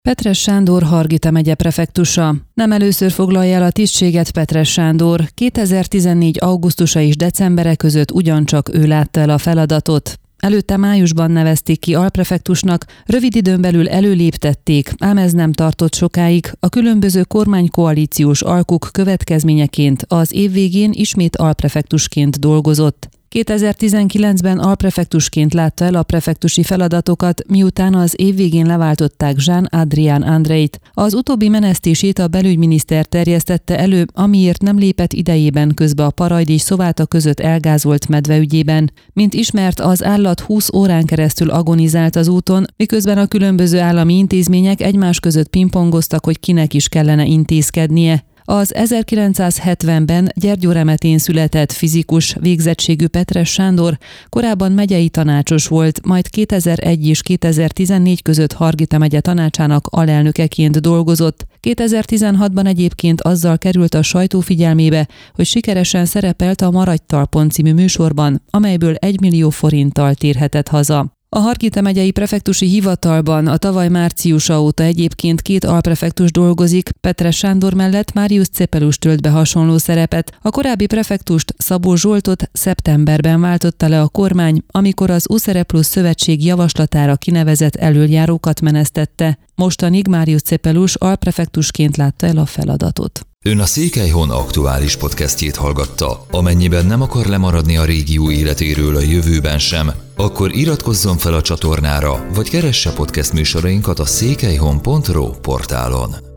Petres Sándor Hargita megye prefektusa. Nem először foglalja el a tisztséget Petres Sándor. 2014. augusztusa és decembere között ugyancsak ő látta el a feladatot. Előtte májusban nevezték ki alprefektusnak, rövid időn belül előléptették, ám ez nem tartott sokáig. A különböző kormánykoalíciós alkuk következményeként az év végén ismét alprefektusként dolgozott. 2019-ben alprefektusként látta el a prefektusi feladatokat, miután az év végén leváltották Jean-Adrien Andreit. Az utóbbi menesztését a belügyminiszter terjesztette elő, amiért nem lépett idejében közbe a Parajd és Szováta között elgázolt medve ügyében. Mint ismert, az állat 20 órán keresztül agonizált az úton, miközben a különböző állami intézmények egymás között pingpongoztak, hogy kinek is kellene intézkednie. Az 1970-ben Gyergyóremetén született fizikus végzettségű Petres Sándor korábban megyei tanácsos volt, majd 2001 és 2014 között Hargita megye tanácsának alelnökeként dolgozott. 2016-ban egyébként azzal került a sajtó figyelmébe, hogy sikeresen szerepelt a Maradj talpon című műsorban, amelyből 1 millió forinttal térhetett haza. A Hargita megyei prefektusi hivatalban a tavaly márciusa óta egyébként 2 alprefektus dolgozik, Petres Sándor mellett Marius Cepelus tölt be hasonló szerepet. A korábbi prefektust, Szabó Zsoltot szeptemberben váltotta le a kormány, amikor az Uszereplus szövetség javaslatára kinevezett elöljárókat menesztette. Mostanig Marius Cepelus alprefektusként látta el a feladatot. Ön a Székelyhon aktuális podcastjét hallgatta. Amennyiben nem akar lemaradni a régió életéről a jövőben sem, akkor iratkozzon fel a csatornára, vagy keresse podcast műsorainkat a székelyhon.ro portálon.